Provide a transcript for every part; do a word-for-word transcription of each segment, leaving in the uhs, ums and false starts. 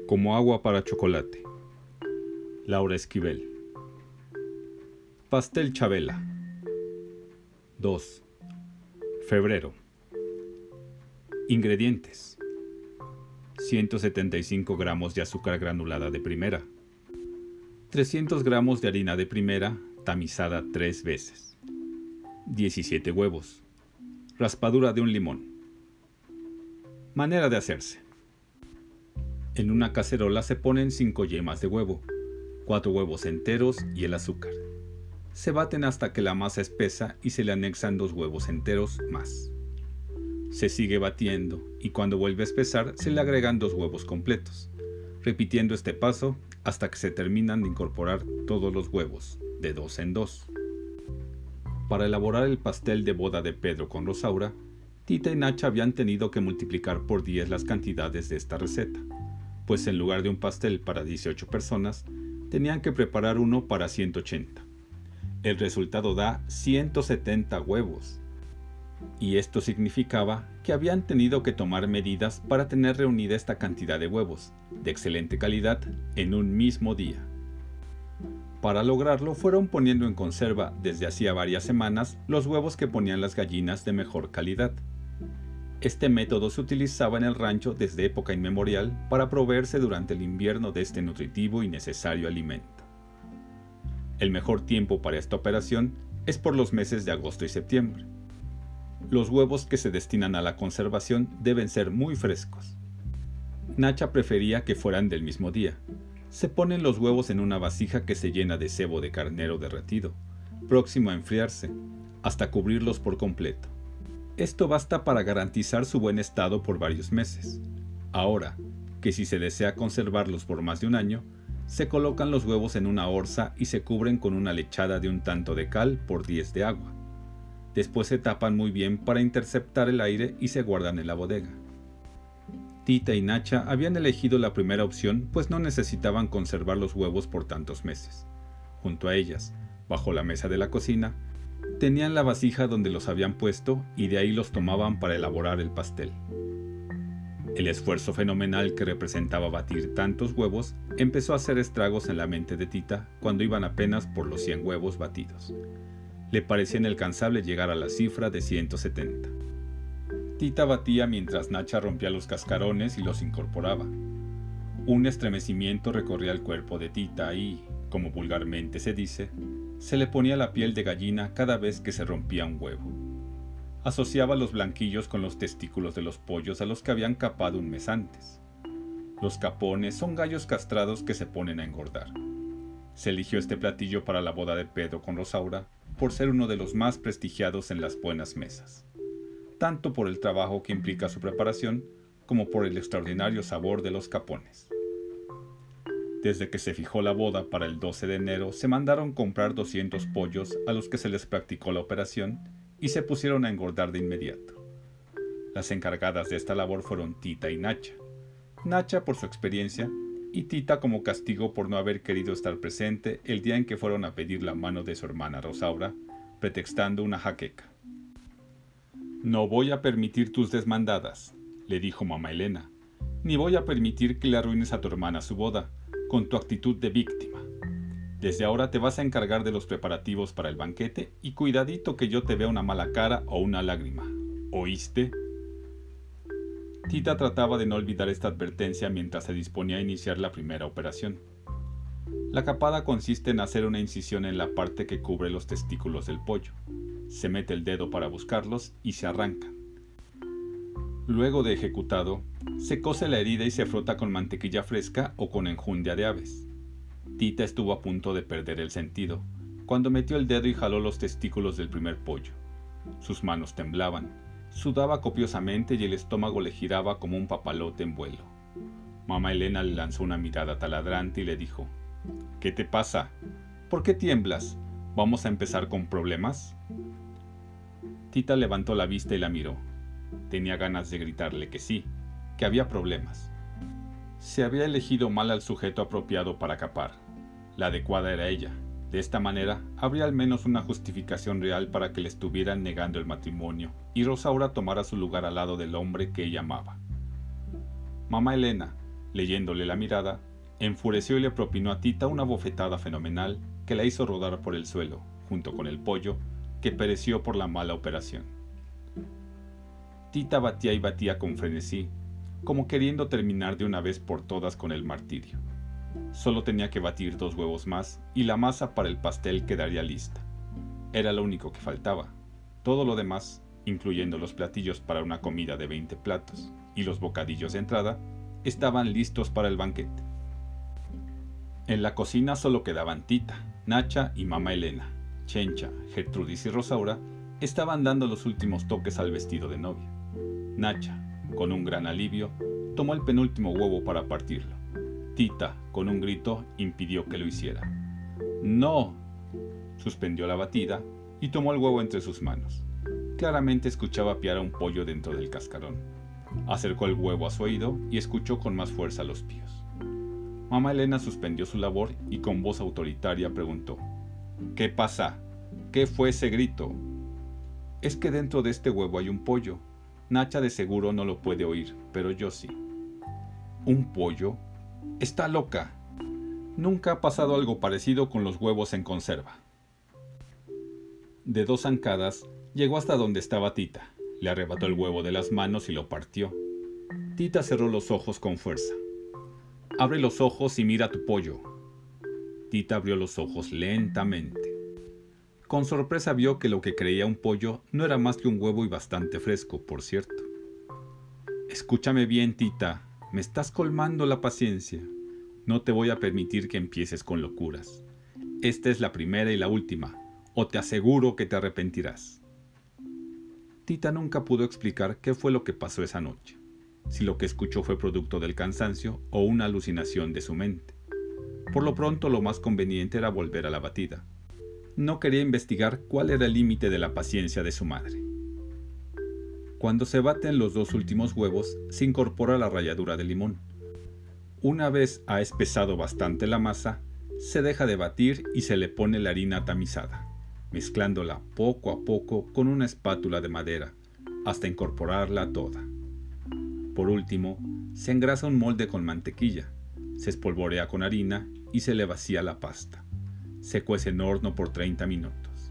Como agua para chocolate. Laura Esquivel. Pastel Chabela. dos. Febrero. Ingredientes: ciento setenta y cinco gramos de azúcar granulada de primera, trescientos gramos de harina de primera tamizada tres veces, diecisiete huevos, raspadura de un limón. Manera de hacerse: en una cacerola se ponen cinco yemas de huevo, cuatro huevos enteros y el azúcar. Se baten hasta que la masa espesa y se le anexan dos huevos enteros más. Se sigue batiendo y cuando vuelve a espesar se le agregan dos huevos completos, repitiendo este paso hasta que se terminan de incorporar todos los huevos, de dos en dos. Para elaborar el pastel de boda de Pedro con Rosaura, Tita y Nacha habían tenido que multiplicar por diez las cantidades de esta receta, pues en lugar de un pastel para dieciocho personas, tenían que preparar uno para ciento ochenta. El resultado da ciento setenta huevos. Y esto significaba que habían tenido que tomar medidas para tener reunida esta cantidad de huevos, de excelente calidad, en un mismo día. Para lograrlo fueron poniendo en conserva desde hacía varias semanas los huevos que ponían las gallinas de mejor calidad. Este método se utilizaba en el rancho desde época inmemorial para proveerse durante el invierno de este nutritivo y necesario alimento. El mejor tiempo para esta operación es por los meses de agosto y septiembre. Los huevos que se destinan a la conservación deben ser muy frescos. Nacha prefería que fueran del mismo día. Se ponen los huevos en una vasija que se llena de sebo de carnero derretido, próximo a enfriarse, hasta cubrirlos por completo. Esto basta para garantizar su buen estado por varios meses. Ahora, que si se desea conservarlos por más de un año, se colocan los huevos en una orza y se cubren con una lechada de un tanto de cal por diez de agua. Después se tapan muy bien para interceptar el aire y se guardan en la bodega. Tita y Nacha habían elegido la primera opción pues no necesitaban conservar los huevos por tantos meses. Junto a ellas, bajo la mesa de la cocina, tenían la vasija donde los habían puesto y de ahí los tomaban para elaborar el pastel. El esfuerzo fenomenal que representaba batir tantos huevos empezó a hacer estragos en la mente de Tita cuando iban apenas por los cien huevos batidos. Le parecía inalcanzable llegar a la cifra de ciento setenta. Tita batía mientras Nacha rompía los cascarones y los incorporaba. Un estremecimiento recorría el cuerpo de Tita y, como vulgarmente se dice, se le ponía la piel de gallina cada vez que se rompía un huevo. Asociaba los blanquillos con los testículos de los pollos a los que habían capado un mes antes. Los capones son gallos castrados que se ponen a engordar. Se eligió este platillo para la boda de Pedro con Rosaura por ser uno de los más prestigiados en las buenas mesas, tanto por el trabajo que implica su preparación como por el extraordinario sabor de los capones. Desde que se fijó la boda para el doce de enero, se mandaron comprar doscientos pollos a los que se les practicó la operación y se pusieron a engordar de inmediato. Las encargadas de esta labor fueron Tita y Nacha. Nacha por su experiencia y Tita como castigo por no haber querido estar presente el día en que fueron a pedir la mano de su hermana Rosaura, pretextando una jaqueca. «No voy a permitir tus desmandadas», le dijo mamá Elena, «ni voy a permitir que le arruines a tu hermana su boda, con tu actitud de víctima. Desde ahora te vas a encargar de los preparativos para el banquete y cuidadito que yo te vea una mala cara o una lágrima. ¿Oíste?». Tita trataba de no olvidar esta advertencia mientras se disponía a iniciar la primera operación. La capada consiste en hacer una incisión en la parte que cubre los testículos del pollo. Se mete el dedo para buscarlos y se arrancan. Luego de ejecutado, se cose la herida y se frota con mantequilla fresca o con enjundia de aves. Tita estuvo a punto de perder el sentido cuando metió el dedo y jaló los testículos del primer pollo. Sus manos temblaban, sudaba copiosamente y el estómago le giraba como un papalote en vuelo. Mamá Elena le lanzó una mirada taladrante y le dijo: «¿Qué te pasa? ¿Por qué tiemblas? ¿Vamos a empezar con problemas?». Tita levantó la vista y la miró. Tenía ganas de gritarle que sí, que había problemas. Se había elegido mal al sujeto apropiado para capar. La adecuada era ella. De esta manera, habría al menos una justificación real para que le estuvieran negando el matrimonio y Rosaura tomara su lugar al lado del hombre que ella amaba. «Mamá Elena, Leyéndole la mirada, enfureció y le propinó a Tita una bofetada fenomenal que la hizo rodar por el suelo, junto con el pollo, que pereció por la mala operación. Tita batía y batía con frenesí, como queriendo terminar de una vez por todas con el martirio. Solo tenía que batir dos huevos más y la masa para el pastel quedaría lista. Era lo único que faltaba. Todo lo demás, incluyendo los platillos para una comida de veinte platos y los bocadillos de entrada, estaban listos para el banquete. En la cocina solo quedaban Tita, Nacha y mamá Elena. Chencha, Gertrudis y Rosaura estaban dando los últimos toques al vestido de novia. Nacha, con un gran alivio, tomó el penúltimo huevo para partirlo. Tita, con un grito, impidió que lo hiciera. ¡No!, suspendió la batida y tomó el huevo entre sus manos. Claramente escuchaba piar a un pollo dentro del cascarón. Acercó el huevo a su oído y escuchó con más fuerza los píos. Mamá Elena suspendió su labor y con voz autoritaria preguntó: «¿Qué pasa? ¿Qué fue ese grito?» «Es que dentro de este huevo hay un pollo. Nacha de seguro no lo puede oír, pero yo sí». «¿Un pollo? Está loca. Nunca ha pasado algo parecido con los huevos en conserva». De dos zancadas llegó hasta donde estaba Tita, le arrebató el huevo de las manos y lo partió. Tita cerró los ojos con fuerza. «Abre los ojos y mira tu pollo». Tita abrió los ojos lentamente. Con sorpresa vio que lo que creía un pollo no era más que un huevo y bastante fresco, por cierto. «Escúchame bien, Tita, me estás colmando la paciencia. No te voy a permitir que empieces con locuras. Esta es la primera y la última, o te aseguro que te arrepentirás». Tita nunca pudo explicar qué fue lo que pasó esa noche, si lo que escuchó fue producto del cansancio o una alucinación de su mente. Por lo pronto, lo más conveniente era volver a la batida. No quería investigar cuál era el límite de la paciencia de su madre. Cuando se baten los dos últimos huevos, se incorpora la ralladura de limón. Una vez ha espesado bastante la masa, se deja de batir y se le pone la harina tamizada, mezclándola poco a poco con una espátula de madera, hasta incorporarla toda. Por último, se engrasa un molde con mantequilla, se espolvorea con harina y se le vacía la pasta. Se cuece en horno por treinta minutos.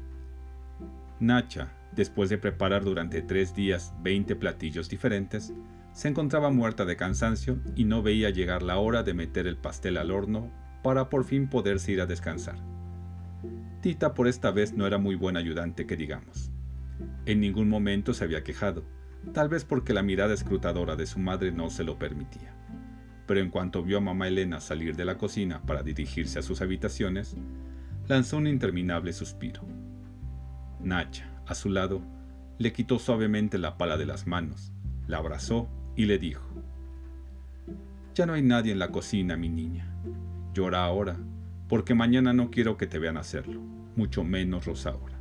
Nacha, después de preparar durante tres días veinte platillos diferentes, se encontraba muerta de cansancio y no veía llegar la hora de meter el pastel al horno para por fin poderse ir a descansar. Tita por esta vez no era muy buen ayudante que digamos. En ningún momento se había quejado, tal vez porque la mirada escrutadora de su madre no se lo permitía. Pero en cuanto vio a mamá Elena salir de la cocina para dirigirse a sus habitaciones, lanzó un interminable suspiro. Nacha, a su lado, le quitó suavemente la pala de las manos, la abrazó y le dijo: «Ya no hay nadie en la cocina, mi niña. Llora ahora, porque mañana no quiero que te vean hacerlo, mucho menos Rosaura».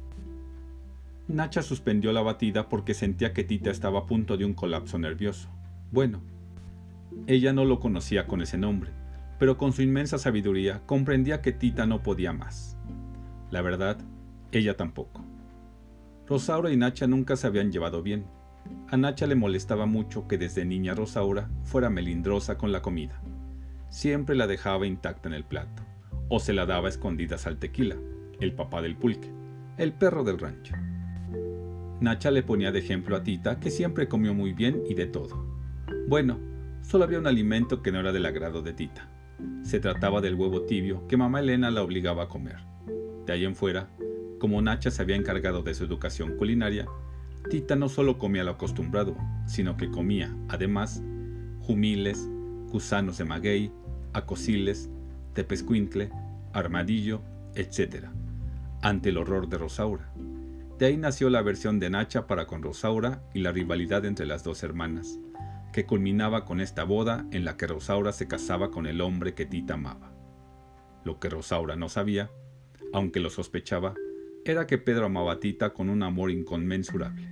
Nacha suspendió la batida porque sentía que Tita estaba a punto de un colapso nervioso. Bueno, ella no lo conocía con ese nombre, pero con su inmensa sabiduría comprendía que Tita no podía más. La verdad, ella tampoco. Rosaura y Nacha nunca se habían llevado bien. A Nacha le molestaba mucho que desde niña Rosaura fuera melindrosa con la comida. Siempre la dejaba intacta en el plato, o se la daba a escondidas al Tequila, el papá del pulque, el perro del rancho. Nacha le ponía de ejemplo a Tita, que siempre comió muy bien y de todo. Bueno, solo había un alimento que no era del agrado de Tita. Se trataba del huevo tibio que mamá Elena la obligaba a comer. De ahí en fuera, como Nacha se había encargado de su educación culinaria, Tita no solo comía lo acostumbrado, sino que comía, además, jumiles, gusanos de maguey, acosiles, tepezcuintle, armadillo, etcétera, ante el horror de Rosaura. De ahí nació la aversión de Nacha para con Rosaura y la rivalidad entre las dos hermanas, que culminaba con esta boda en la que Rosaura se casaba con el hombre que Tita amaba. Lo que Rosaura no sabía, aunque lo sospechaba, era que Pedro amaba a Tita con un amor inconmensurable.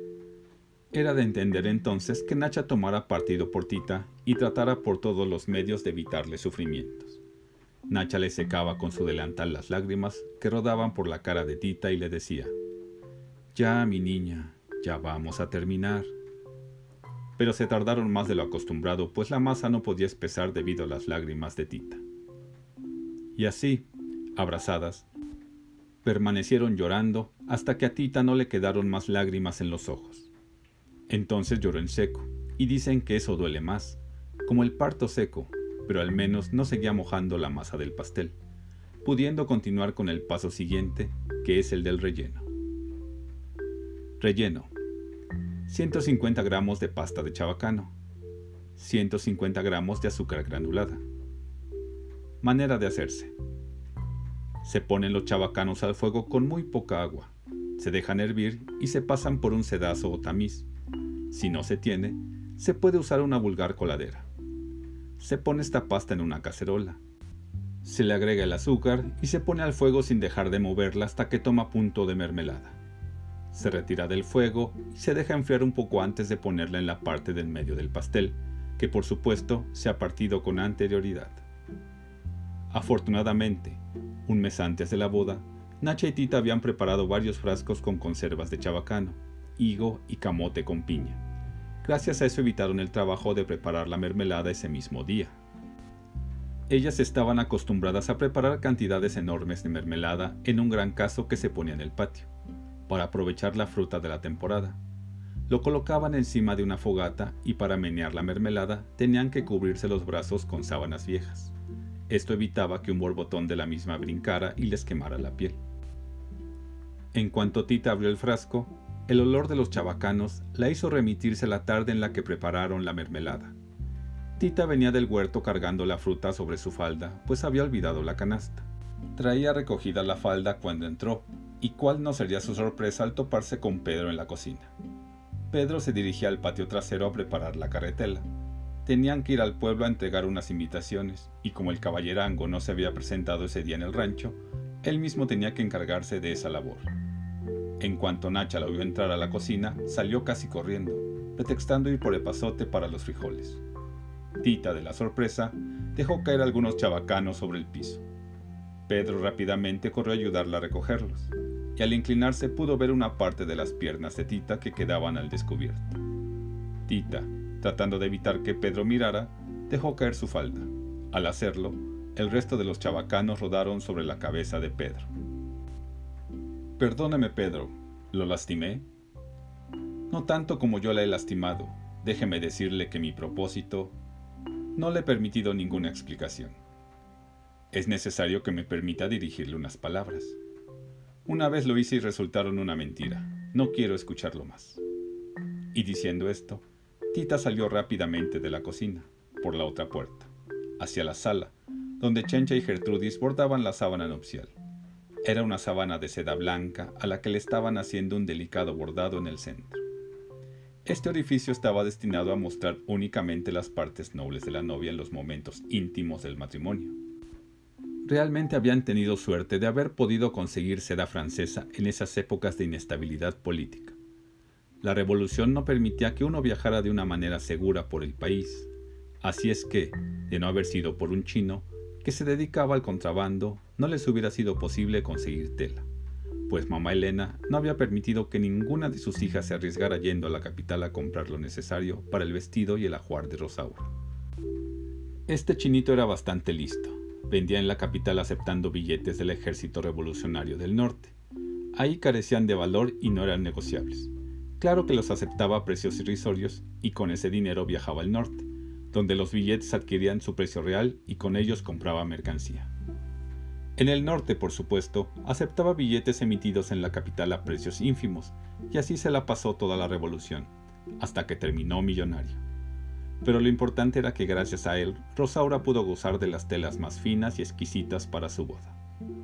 Era de entender entonces que Nacha tomara partido por Tita y tratara por todos los medios de evitarle sufrimientos. Nacha le secaba con su delantal las lágrimas que rodaban por la cara de Tita y le decía: «Ya, mi niña, ya vamos a terminar». pero se tardaron más de lo acostumbrado, pues la masa no podía espesar debido a las lágrimas de Tita. Y así, abrazadas, permanecieron llorando hasta que a Tita no le quedaron más lágrimas en los ojos. Entonces lloró en seco, y dicen que eso duele más, como el parto seco, pero al menos no seguía mojando la masa del pastel, pudiendo continuar con el paso siguiente, que es el del relleno. Relleno: ciento cincuenta gramos de pasta de chabacano, ciento cincuenta gramos de azúcar granulada. Manera de hacerse: se ponen los chabacanos al fuego con muy poca agua, se dejan hervir y se pasan por un sedazo o tamiz. Si no se tiene, se puede usar una vulgar coladera. Se pone esta pasta en una cacerola. Se le agrega el azúcar y se pone al fuego sin dejar de moverla hasta que toma punto de mermelada. Se retira del fuego y se deja enfriar un poco antes de ponerla en la parte del medio del pastel, que por supuesto se ha partido con anterioridad. Afortunadamente, un mes antes de la boda, Nacha y Tita habían preparado varios frascos con conservas de chabacano, higo y camote con piña. Gracias a eso evitaron el trabajo de preparar la mermelada ese mismo día. Ellas estaban acostumbradas a preparar cantidades enormes de mermelada en un gran caso que se ponía en el patio, para aprovechar la fruta de la temporada. Lo colocaban encima de una fogata y para menear la mermelada tenían que cubrirse los brazos con sábanas viejas. Esto evitaba que un borbotón de la misma brincara y les quemara la piel. En cuanto Tita abrió el frasco, el olor de los chabacanos la hizo remitirse a la tarde en la que prepararon la mermelada. Tita venía del huerto cargando la fruta sobre su falda, pues había olvidado la canasta. Traía recogida la falda cuando entró, y cuál no sería su sorpresa al toparse con Pedro en la cocina. Pedro se dirigía al patio trasero a preparar la carretela. Tenían que ir al pueblo a entregar unas invitaciones, y como el caballerango no se había presentado ese día en el rancho, él mismo tenía que encargarse de esa labor. En cuanto Nacha lo vio entrar a la cocina, salió casi corriendo, pretextando ir por el pasote para los frijoles. Tita, de la sorpresa, dejó caer algunos chabacanos sobre el piso. Pedro rápidamente corrió a ayudarla a recogerlos, y al inclinarse pudo ver una parte de las piernas de Tita que quedaban al descubierto. Tita, tratando de evitar que Pedro mirara, dejó caer su falda. Al hacerlo, el resto de los chabacanos rodaron sobre la cabeza de Pedro. «Perdóneme, Pedro, ¿lo lastimé?» «No tanto como yo la he lastimado. Déjeme decirle que mi propósito...» No le he permitido ninguna explicación. Es necesario que me permita dirigirle unas palabras. Una vez lo hice y resultaron una mentira. No quiero escucharlo más. Y diciendo esto, Tita salió rápidamente de la cocina, por la otra puerta, hacia la sala, donde Chencha y Gertrudis bordaban la sábana nupcial. Era una sábana de seda blanca a la que le estaban haciendo un delicado bordado en el centro. Este orificio estaba destinado a mostrar únicamente las partes nobles de la novia en los momentos íntimos del matrimonio. Realmente habían tenido suerte de haber podido conseguir seda francesa en esas épocas de inestabilidad política. La revolución no permitía que uno viajara de una manera segura por el país, así es que, de no haber sido por un chino que se dedicaba al contrabando, no les hubiera sido posible conseguir tela, pues mamá Elena no había permitido que ninguna de sus hijas se arriesgara yendo a la capital a comprar lo necesario para el vestido y el ajuar de Rosaura. Este chinito era bastante listo. Vendía en la capital aceptando billetes del Ejército Revolucionario del Norte. Ahí carecían de valor y no eran negociables. Claro que los aceptaba a precios irrisorios y con ese dinero viajaba al norte, donde los billetes adquirían su precio real y con ellos compraba mercancía. En el norte, por supuesto, aceptaba billetes emitidos en la capital a precios ínfimos, y así se la pasó toda la revolución, hasta que terminó millonario. Pero lo importante era que gracias a él, Rosaura pudo gozar de las telas más finas y exquisitas para su boda.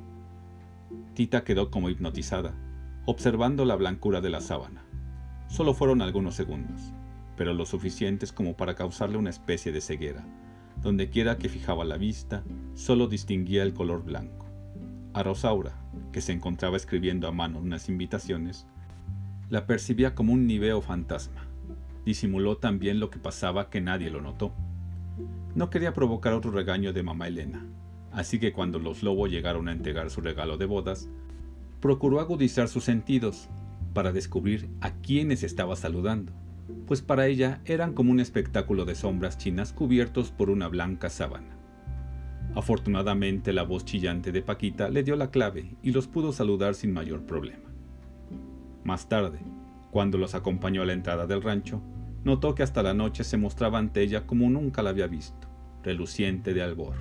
Tita quedó como hipnotizada, observando la blancura de la sábana. Solo fueron algunos segundos, pero lo suficientes como para causarle una especie de ceguera. Donde quiera que fijaba la vista, solo distinguía el color blanco. A Rosaura, que se encontraba escribiendo a mano unas invitaciones, la percibía como un niveo fantasma. Disimuló tan bien lo que pasaba que nadie lo notó. No quería provocar otro regaño de mamá Elena, así que cuando los Lobo llegaron a entregar su regalo de bodas, procuró agudizar sus sentidos para descubrir a quiénes estaba saludando. pues para ella eran como un espectáculo de sombras chinas cubiertos por una blanca sábana. Afortunadamente la voz chillante de Paquita le dio la clave y los pudo saludar sin mayor problema. Más tarde, cuando los acompañó a la entrada del rancho, notó que hasta la noche se mostraba ante ella como nunca la había visto, reluciente de albor.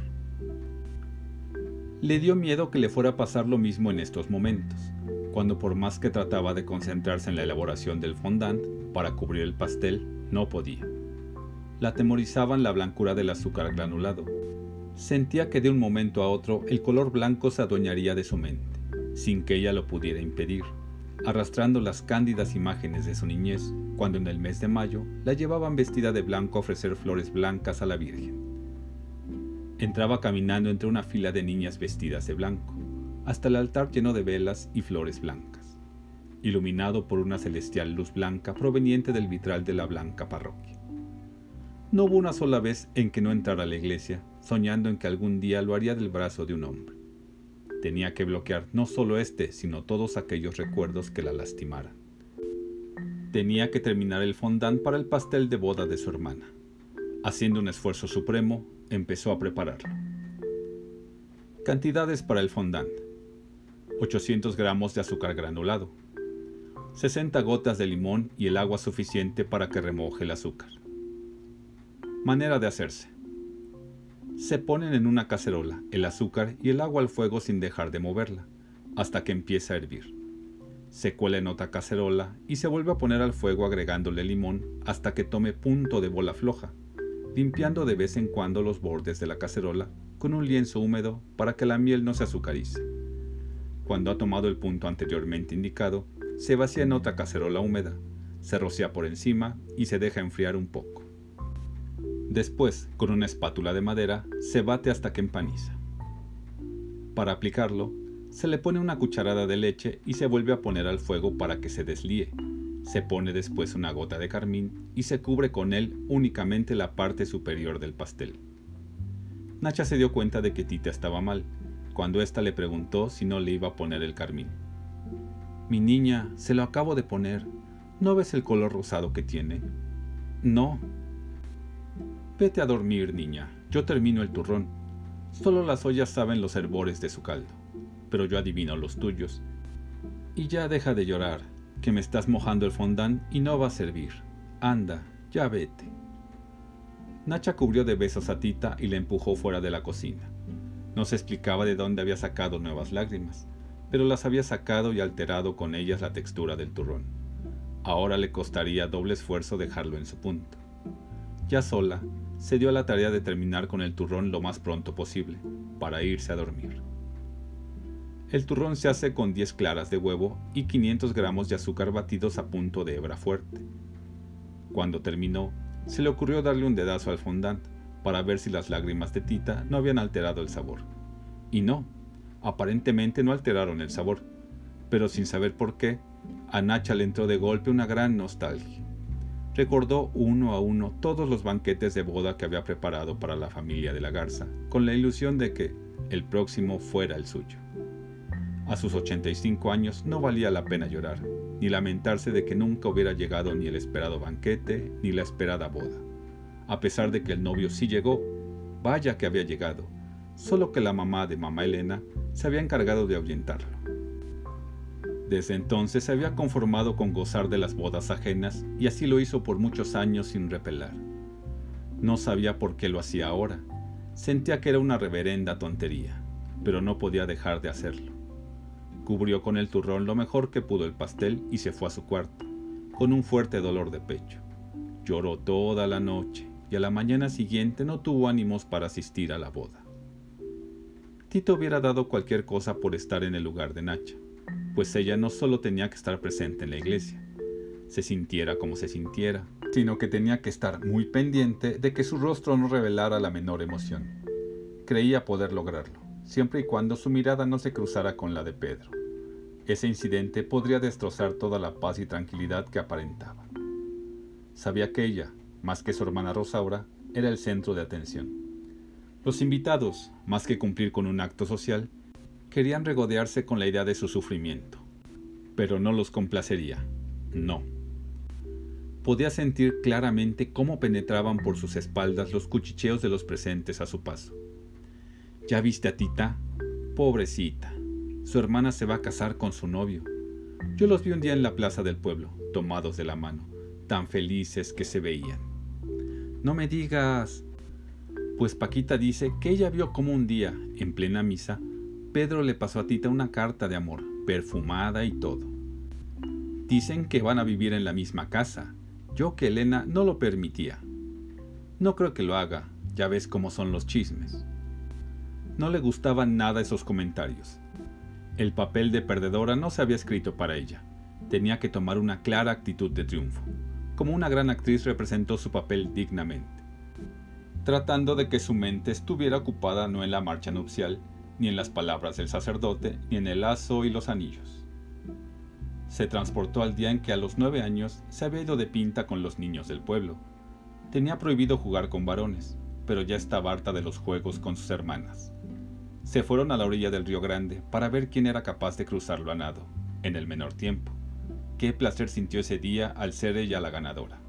Le dio miedo que le fuera a pasar lo mismo en estos momentos, cuando por más que trataba de concentrarse en la elaboración del fondant para cubrir el pastel, no podía. La atemorizaban la blancura del azúcar granulado. Sentía que de un momento a otro el color blanco se adueñaría de su mente, sin que ella lo pudiera impedir, arrastrando las cándidas imágenes de su niñez, cuando en el mes de mayo la llevaban vestida de blanco a ofrecer flores blancas a la Virgen. Entraba caminando entre una fila de niñas vestidas de blanco, hasta el altar lleno de velas y flores blancas, iluminado por una celestial luz blanca proveniente del vitral de la blanca parroquia. No hubo una sola vez en que no entrara a la iglesia, soñando en que algún día lo haría del brazo de un hombre. Tenía que bloquear no solo este, sino todos aquellos recuerdos que la lastimaran. Tenía que terminar el fondant para el pastel de boda de su hermana. Haciendo un esfuerzo supremo, empezó a prepararlo. Cantidades para el fondant: ochocientos gramos de azúcar granulado, sesenta gotas de limón y el agua suficiente para que remoje el azúcar. Manera de hacerse: se ponen en una cacerola el azúcar y el agua al fuego sin dejar de moverla, hasta que empieza a hervir. Se cuela en otra cacerola y se vuelve a poner al fuego agregándole limón hasta que tome punto de bola floja, limpiando de vez en cuando los bordes de la cacerola con un lienzo húmedo para que la miel no se azucarice. Cuando ha tomado el punto anteriormente indicado, se vacía en otra cacerola húmeda, se rocía por encima y se deja enfriar un poco. Después, con una espátula de madera, se bate hasta que empaniza. Para aplicarlo, se le pone una cucharada de leche y se vuelve a poner al fuego para que se deslíe. Se pone después una gota de carmín y se cubre con él únicamente la parte superior del pastel. Nacha se dio cuenta de que Tita estaba mal, cuando ésta le preguntó si no le iba a poner el carmín. «Mi niña, se lo acabo de poner. ¿No ves el color rosado que tiene?» «No». «Vete a dormir, niña. Yo termino el turrón. Solo las ollas saben los hervores de su caldo, pero yo adivino los tuyos. Y ya deja de llorar, que me estás mojando el fondant y no va a servir. Anda, ya vete». Nacha cubrió de besos a Tita y la empujó fuera de la cocina. No se explicaba de dónde había sacado nuevas lágrimas, pero las había sacado y alterado con ellas la textura del turrón. Ahora le costaría doble esfuerzo dejarlo en su punto. Ya sola, se dio a la tarea de terminar con el turrón lo más pronto posible, para irse a dormir. El turrón se hace con diez claras de huevo y quinientos gramos de azúcar batidos a punto de hebra fuerte. Cuando terminó, se le ocurrió darle un dedazo al fondant para ver si las lágrimas de Tita no habían alterado el sabor. Y no, aparentemente no alteraron el sabor, pero sin saber por qué, a Nacha le entró de golpe una gran nostalgia. Recordó uno a uno todos los banquetes de boda que había preparado para la familia de la Garza, con la ilusión de que el próximo fuera el suyo. A sus ochenta y cinco años no valía la pena llorar, ni lamentarse de que nunca hubiera llegado ni el esperado banquete ni la esperada boda. A pesar de que el novio sí llegó, vaya que había llegado, solo que la mamá de mamá Elena se había encargado de ahuyentarlo. Desde entonces se había conformado con gozar de las bodas ajenas y así lo hizo por muchos años sin repelar. No sabía por qué lo hacía ahora. Sentía que era una reverenda tontería, pero no podía dejar de hacerlo. Cubrió con el turrón lo mejor que pudo el pastel y se fue a su cuarto, con un fuerte dolor de pecho. Lloró toda la noche y a la mañana siguiente no tuvo ánimos para asistir a la boda. Tita hubiera dado cualquier cosa por estar en el lugar de Nacha, pues ella no solo tenía que estar presente en la iglesia, se sintiera como se sintiera, sino que tenía que estar muy pendiente de que su rostro no revelara la menor emoción. Creía poder lograrlo, siempre y cuando su mirada no se cruzara con la de Pedro. Ese incidente podría destrozar toda la paz y tranquilidad que aparentaba. Sabía que ella, más que su hermana Rosaura, era el centro de atención. Los invitados, más que cumplir con un acto social, querían regodearse con la idea de su sufrimiento, pero no los complacería, no. Podía sentir claramente cómo penetraban por sus espaldas los cuchicheos de los presentes a su paso. ¿Ya viste a Tita? Pobrecita. Su hermana se va a casar con su novio. Yo los vi un día en la plaza del pueblo, tomados de la mano, tan felices que se veían. No me digas. Pues Paquita dice que ella vio como un día, en plena misa, Pedro le pasó a Tita una carta de amor, perfumada y todo. Dicen que van a vivir en la misma casa. Yo que Elena no lo permitía. No creo que lo haga, ya ves cómo son los chismes. No le gustaban nada esos comentarios. El papel de perdedora no se había escrito para ella. Tenía que tomar una clara actitud de triunfo. Como una gran actriz representó su papel dignamente, tratando de que su mente estuviera ocupada no en la marcha nupcial, ni en las palabras del sacerdote, ni en el lazo y los anillos. Se transportó al día en que a los nueve años se había ido de pinta con los niños del pueblo. Tenía prohibido jugar con varones, pero ya estaba harta de los juegos con sus hermanas. Se fueron a la orilla del Río Grande para ver quién era capaz de cruzarlo a nado, en el menor tiempo. Qué placer sintió ese día al ser ella la ganadora.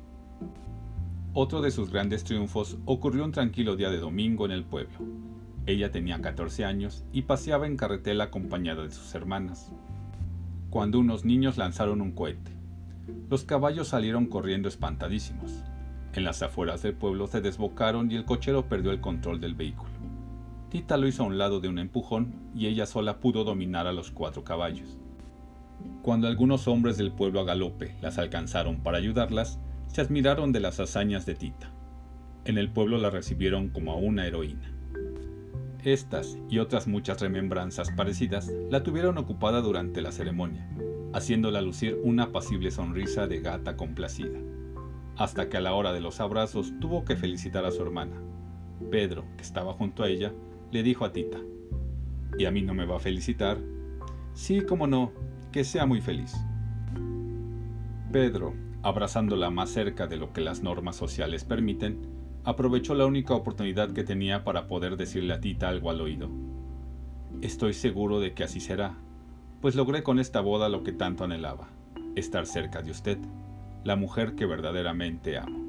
Otro de sus grandes triunfos ocurrió un tranquilo día de domingo en el pueblo. Ella tenía catorce años y paseaba en carretela acompañada de sus hermanas, cuando unos niños lanzaron un cohete. Los caballos salieron corriendo espantadísimos. En las afueras del pueblo se desbocaron y el cochero perdió el control del vehículo. Tita lo hizo a un lado de un empujón y ella sola pudo dominar a los cuatro caballos. Cuando algunos hombres del pueblo a galope las alcanzaron para ayudarlas, se admiraron de las hazañas de Tita. En el pueblo la recibieron como a una heroína. Estas y otras muchas remembranzas parecidas la tuvieron ocupada durante la ceremonia, haciéndola lucir una apacible sonrisa de gata complacida, hasta que a la hora de los abrazos tuvo que felicitar a su hermana. Pedro, que estaba junto a ella, le dijo a Tita: ¿Y a mí no me va a felicitar? Sí, cómo no, que sea muy feliz. Pedro, abrazándola más cerca de lo que las normas sociales permiten, aprovechó la única oportunidad que tenía para poder decirle a Tita algo al oído. Estoy seguro de que así será, pues logré con esta boda lo que tanto anhelaba, estar cerca de usted, la mujer que verdaderamente amo.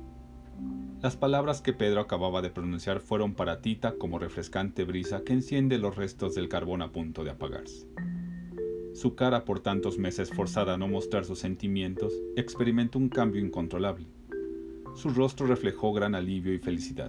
Las palabras que Pedro acababa de pronunciar fueron para Tita como refrescante brisa que enciende los restos del carbón a punto de apagarse. Su cara, por tantos meses forzada a no mostrar sus sentimientos, experimentó un cambio incontrolable. Su rostro reflejó gran alivio y felicidad.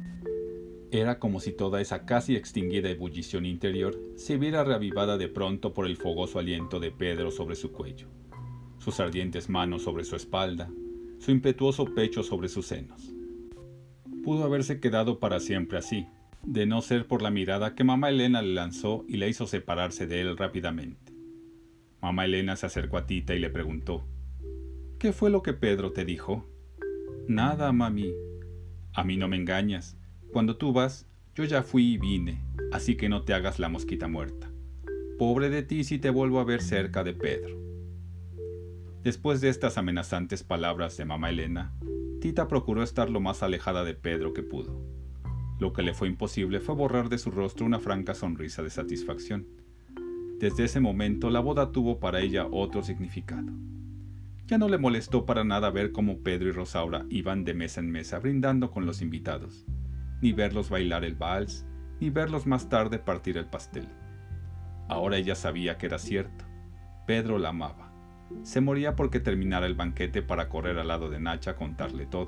Era como si toda esa casi extinguida ebullición interior se viera reavivada de pronto por el fogoso aliento de Pedro sobre su cuello, sus ardientes manos sobre su espalda, su impetuoso pecho sobre sus senos. Pudo haberse quedado para siempre así, de no ser por la mirada que mamá Elena le lanzó y la hizo separarse de él rápidamente. Mamá Elena se acercó a Tita y le preguntó: ¿Qué fue lo que Pedro te dijo? Nada, mami. A mí no me engañas. Cuando tú vas, yo ya fui y vine, así que no te hagas la mosquita muerta. Pobre de ti si te vuelvo a ver cerca de Pedro. Después de estas amenazantes palabras de mamá Elena, Tita procuró estar lo más alejada de Pedro que pudo. Lo que le fue imposible fue borrar de su rostro una franca sonrisa de satisfacción. Desde ese momento la boda tuvo para ella otro significado. Ya no le molestó para nada ver cómo Pedro y Rosaura iban de mesa en mesa brindando con los invitados, ni verlos bailar el vals, ni verlos más tarde partir el pastel. Ahora ella sabía que era cierto. Pedro la amaba. Se moría porque terminara el banquete para correr al lado de Nacha a contarle todo.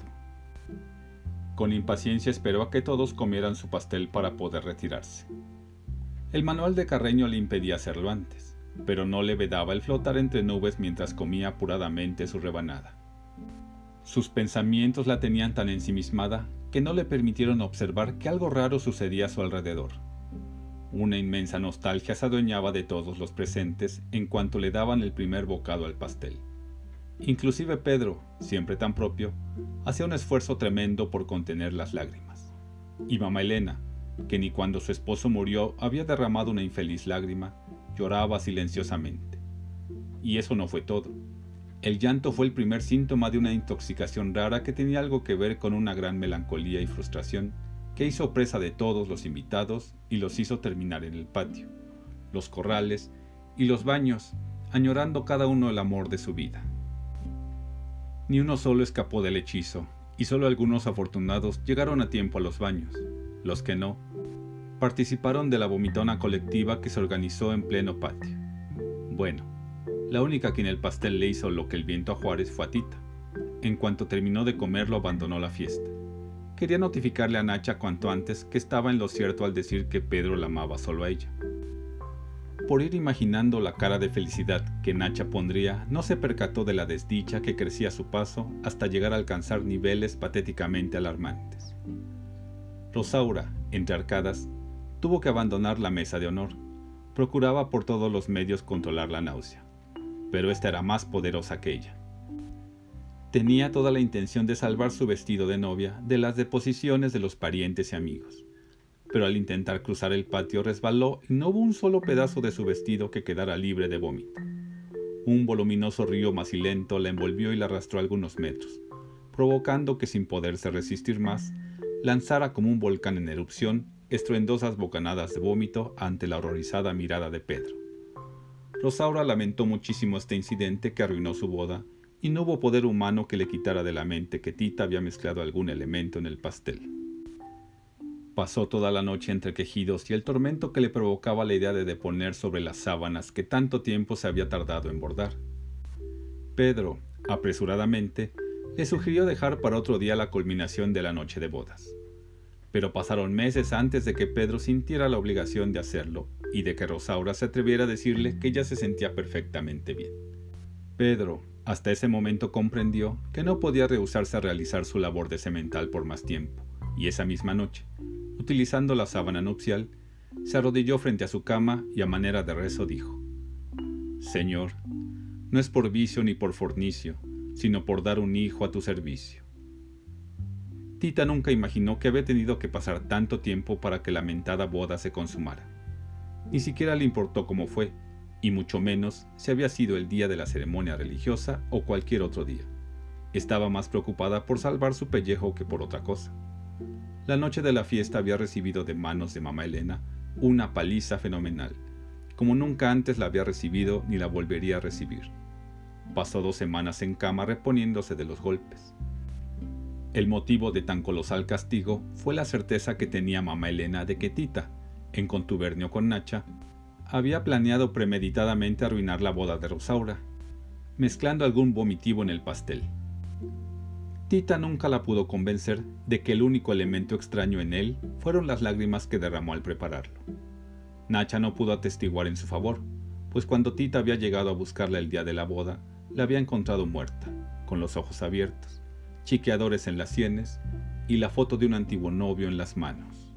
Con impaciencia esperó a que todos comieran su pastel para poder retirarse. El manual de Carreño le impedía hacerlo antes, pero no le vedaba el flotar entre nubes mientras comía apuradamente su rebanada. Sus pensamientos la tenían tan ensimismada que no le permitieron observar que algo raro sucedía a su alrededor. Una inmensa nostalgia se adueñaba de todos los presentes en cuanto le daban el primer bocado al pastel. Inclusive Pedro, siempre tan propio, hacía un esfuerzo tremendo por contener las lágrimas. Y mamá Elena, que ni cuando su esposo murió había derramado una infeliz lágrima, lloraba silenciosamente. Y eso no fue todo. El llanto fue el primer síntoma de una intoxicación rara que tenía algo que ver con una gran melancolía y frustración que hizo presa de todos los invitados y los hizo terminar en el patio, los corrales y los baños, añorando cada uno el amor de su vida. Ni uno solo escapó del hechizo, y solo algunos afortunados llegaron a tiempo a los baños. Los que no, participaron de la vomitona colectiva que se organizó en pleno patio. Bueno, la única a quien el pastel le hizo lo que el viento a Juárez fue a Tita. En cuanto terminó de comerlo, abandonó la fiesta. Quería notificarle a Nacha cuanto antes que estaba en lo cierto al decir que Pedro la amaba solo a ella. Por ir imaginando la cara de felicidad que Nacha pondría, no se percató de la desdicha que crecía a su paso hasta llegar a alcanzar niveles patéticamente alarmantes. Rosaura, entre arcadas, tuvo que abandonar la mesa de honor. Procuraba por todos los medios controlar la náusea, pero esta era más poderosa que ella. Tenía toda la intención de salvar su vestido de novia de las deposiciones de los parientes y amigos, pero al intentar cruzar el patio resbaló y no hubo un solo pedazo de su vestido que quedara libre de vómito. Un voluminoso río macilento la envolvió y la arrastró algunos metros, provocando que, sin poderse resistir más, lanzara como un volcán en erupción estruendosas bocanadas de vómito ante la horrorizada mirada de Pedro. Rosaura lamentó muchísimo este incidente que arruinó su boda, y no hubo poder humano que le quitara de la mente que Tita había mezclado algún elemento en el pastel. Pasó toda la noche entre quejidos y el tormento que le provocaba la idea de deponer sobre las sábanas que tanto tiempo se había tardado en bordar. Pedro, apresuradamente, le sugirió dejar para otro día la culminación de la noche de bodas. Pero pasaron meses antes de que Pedro sintiera la obligación de hacerlo y de que Rosaura se atreviera a decirle que ya se sentía perfectamente bien. Pedro, hasta ese momento, comprendió que no podía rehusarse a realizar su labor de semental por más tiempo, y esa misma noche, utilizando la sábana nupcial, se arrodilló frente a su cama y a manera de rezo dijo: «Señor, no es por vicio ni por fornicio, sino por dar un hijo a tu servicio». Tita nunca imaginó que había tenido que pasar tanto tiempo para que la mentada boda se consumara. Ni siquiera le importó cómo fue, y mucho menos si había sido el día de la ceremonia religiosa o cualquier otro día. Estaba más preocupada por salvar su pellejo que por otra cosa. La noche de la fiesta había recibido de manos de mamá Elena una paliza fenomenal, como nunca antes la había recibido ni la volvería a recibir. Pasó dos semanas en cama reponiéndose de los golpes. El motivo de tan colosal castigo fue la certeza que tenía mamá Elena de que Tita, en contubernio con Nacha, había planeado premeditadamente arruinar la boda de Rosaura, mezclando algún vomitivo en el pastel. Tita nunca la pudo convencer de que el único elemento extraño en él fueron las lágrimas que derramó al prepararlo. Nacha no pudo atestiguar en su favor, pues cuando Tita había llegado a buscarla el día de la boda, la había encontrado muerta, con los ojos abiertos, chiqueadores en las sienes y la foto de un antiguo novio en las manos.